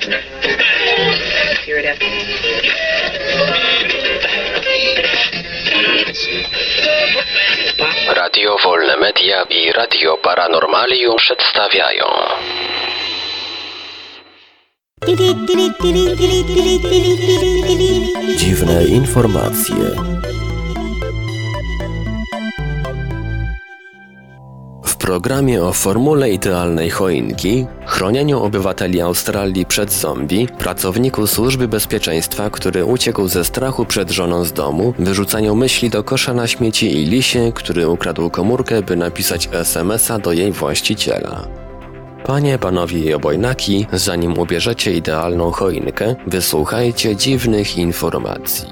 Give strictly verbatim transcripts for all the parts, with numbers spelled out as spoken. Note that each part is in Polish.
Radio Wolne Media i Radio Paranormalium przedstawiają dziwne informacje. W programie o formule idealnej choinki, chronieniu obywateli Australii przed zombie, pracowniku służby bezpieczeństwa, który uciekł ze strachu przed żoną z domu, wyrzucaniu myśli do kosza na śmieci i lisie, który ukradł komórkę, by napisać es em es a do jej właściciela. Panie, panowie i obojnaki, zanim ubierzecie idealną choinkę, wysłuchajcie dziwnych informacji.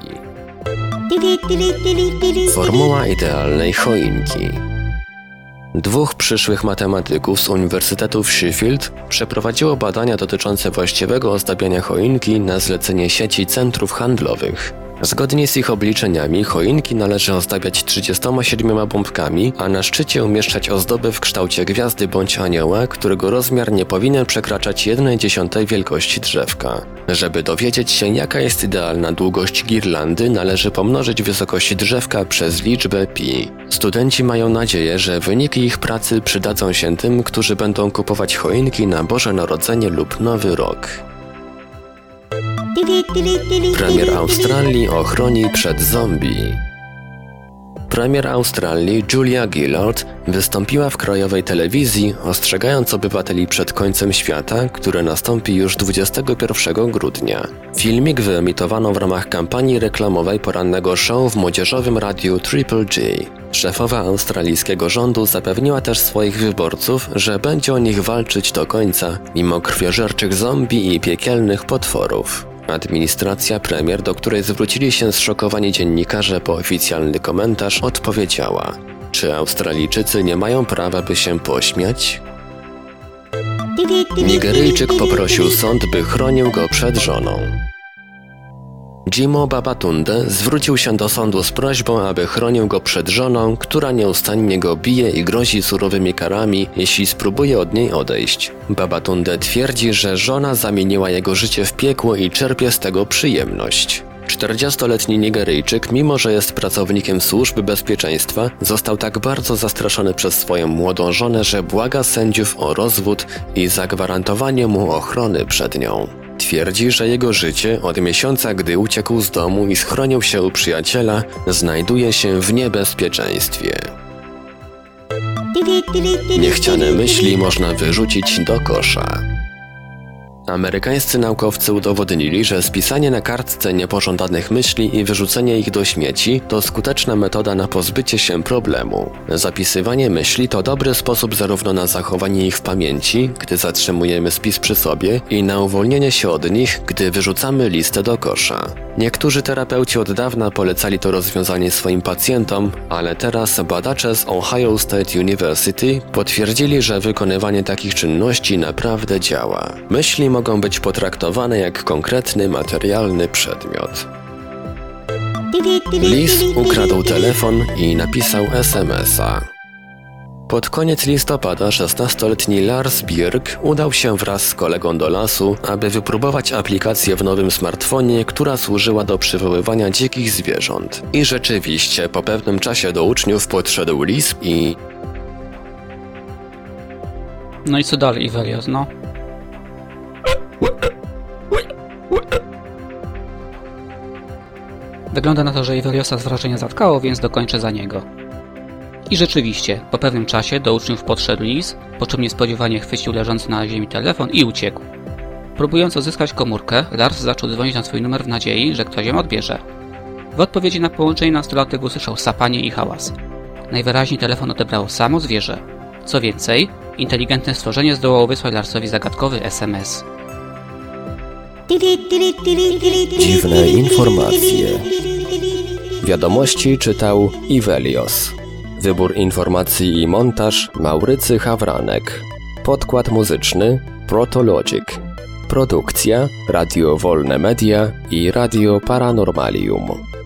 Formuła idealnej choinki. Dwóch przyszłych matematyków z Uniwersytetu w Sheffield przeprowadziło badania dotyczące właściwego ozdabiania choinki na zlecenie sieci centrów handlowych. Zgodnie z ich obliczeniami choinki należy ozdabiać trzydziestoma siedmioma bombkami, a na szczycie umieszczać ozdoby w kształcie gwiazdy bądź anioła, którego rozmiar nie powinien przekraczać jednej dziesiątej wielkości drzewka. Żeby dowiedzieć się, jaka jest idealna długość girlandy, należy pomnożyć wysokość drzewka przez liczbę pi. Studenci mają nadzieję, że wyniki ich pracy przydadzą się tym, którzy będą kupować choinki na Boże Narodzenie lub Nowy Rok. Premier Australii ochroni przed zombie. Premier Australii Julia Gillard wystąpiła w krajowej telewizji, ostrzegając obywateli przed końcem świata, które nastąpi już dwudziestego pierwszego grudnia. Filmik wyemitowano w ramach kampanii reklamowej porannego show w młodzieżowym radiu Triple G. Szefowa australijskiego rządu zapewniła też swoich wyborców, że będzie o nich walczyć do końca, mimo krwiożerczych zombie i piekielnych potworów. Administracja premier, do której zwrócili się zszokowani dziennikarze po oficjalny komentarz, odpowiedziała: czy Australijczycy nie mają prawa, by się pośmiać? Nigeryjczyk poprosił sąd, by chronił go przed żoną. Jimo Babatunde zwrócił się do sądu z prośbą, aby chronił go przed żoną, która nieustannie go bije i grozi surowymi karami, jeśli spróbuje od niej odejść. Babatunde twierdzi, że żona zamieniła jego życie w piekło i czerpie z tego przyjemność. czterdziestoletni Nigeryjczyk, mimo że jest pracownikiem służby bezpieczeństwa, został tak bardzo zastraszony przez swoją młodą żonę, że błaga sędziów o rozwód i zagwarantowanie mu ochrony przed nią. Twierdzi, że jego życie od miesiąca, gdy uciekł z domu i schronił się u przyjaciela, znajduje się w niebezpieczeństwie. Niechciane myśli można wyrzucić do kosza. Amerykańscy naukowcy udowodnili, że spisanie na kartce niepożądanych myśli i wyrzucenie ich do śmieci to skuteczna metoda na pozbycie się problemu. Zapisywanie myśli to dobry sposób zarówno na zachowanie ich w pamięci, gdy zatrzymujemy spis przy sobie, i na uwolnienie się od nich, gdy wyrzucamy listę do kosza. Niektórzy terapeuci od dawna polecali to rozwiązanie swoim pacjentom, ale teraz badacze z Ohio State University potwierdzili, że wykonywanie takich czynności naprawdę działa. Myśli mogą być potraktowane jak konkretny materialny przedmiot. Lis ukradł telefon i napisał es em es a. Pod koniec listopada szesnastoletni Lars Birk udał się wraz z kolegą do lasu, aby wypróbować aplikację w nowym smartfonie, która służyła do przywoływania dzikich zwierząt. I rzeczywiście, po pewnym czasie do uczniów podszedł lis i... No i co dalej, Ivelios, no? Wygląda na to, że Iveliosa z wrażenia zatkało, więc dokończę za niego. I rzeczywiście, po pewnym czasie do uczniów podszedł lis, po czym niespodziewanie chwycił leżący na ziemi telefon i uciekł. Próbując odzyskać komórkę, Lars zaczął dzwonić na swój numer w nadziei, że ktoś ją odbierze. W odpowiedzi na połączenie nastolatek usłyszał sapanie i hałas. Najwyraźniej telefon odebrało samo zwierzę. Co więcej, inteligentne stworzenie zdołało wysłać Larsowi zagadkowy es em es. Dziwne informacje. Wiadomości czytał Ivelios. Wybór informacji i montaż Maurycy Hawranek. Podkład muzyczny Protologic. Produkcja Radio Wolne Media i Radio Paranormalium.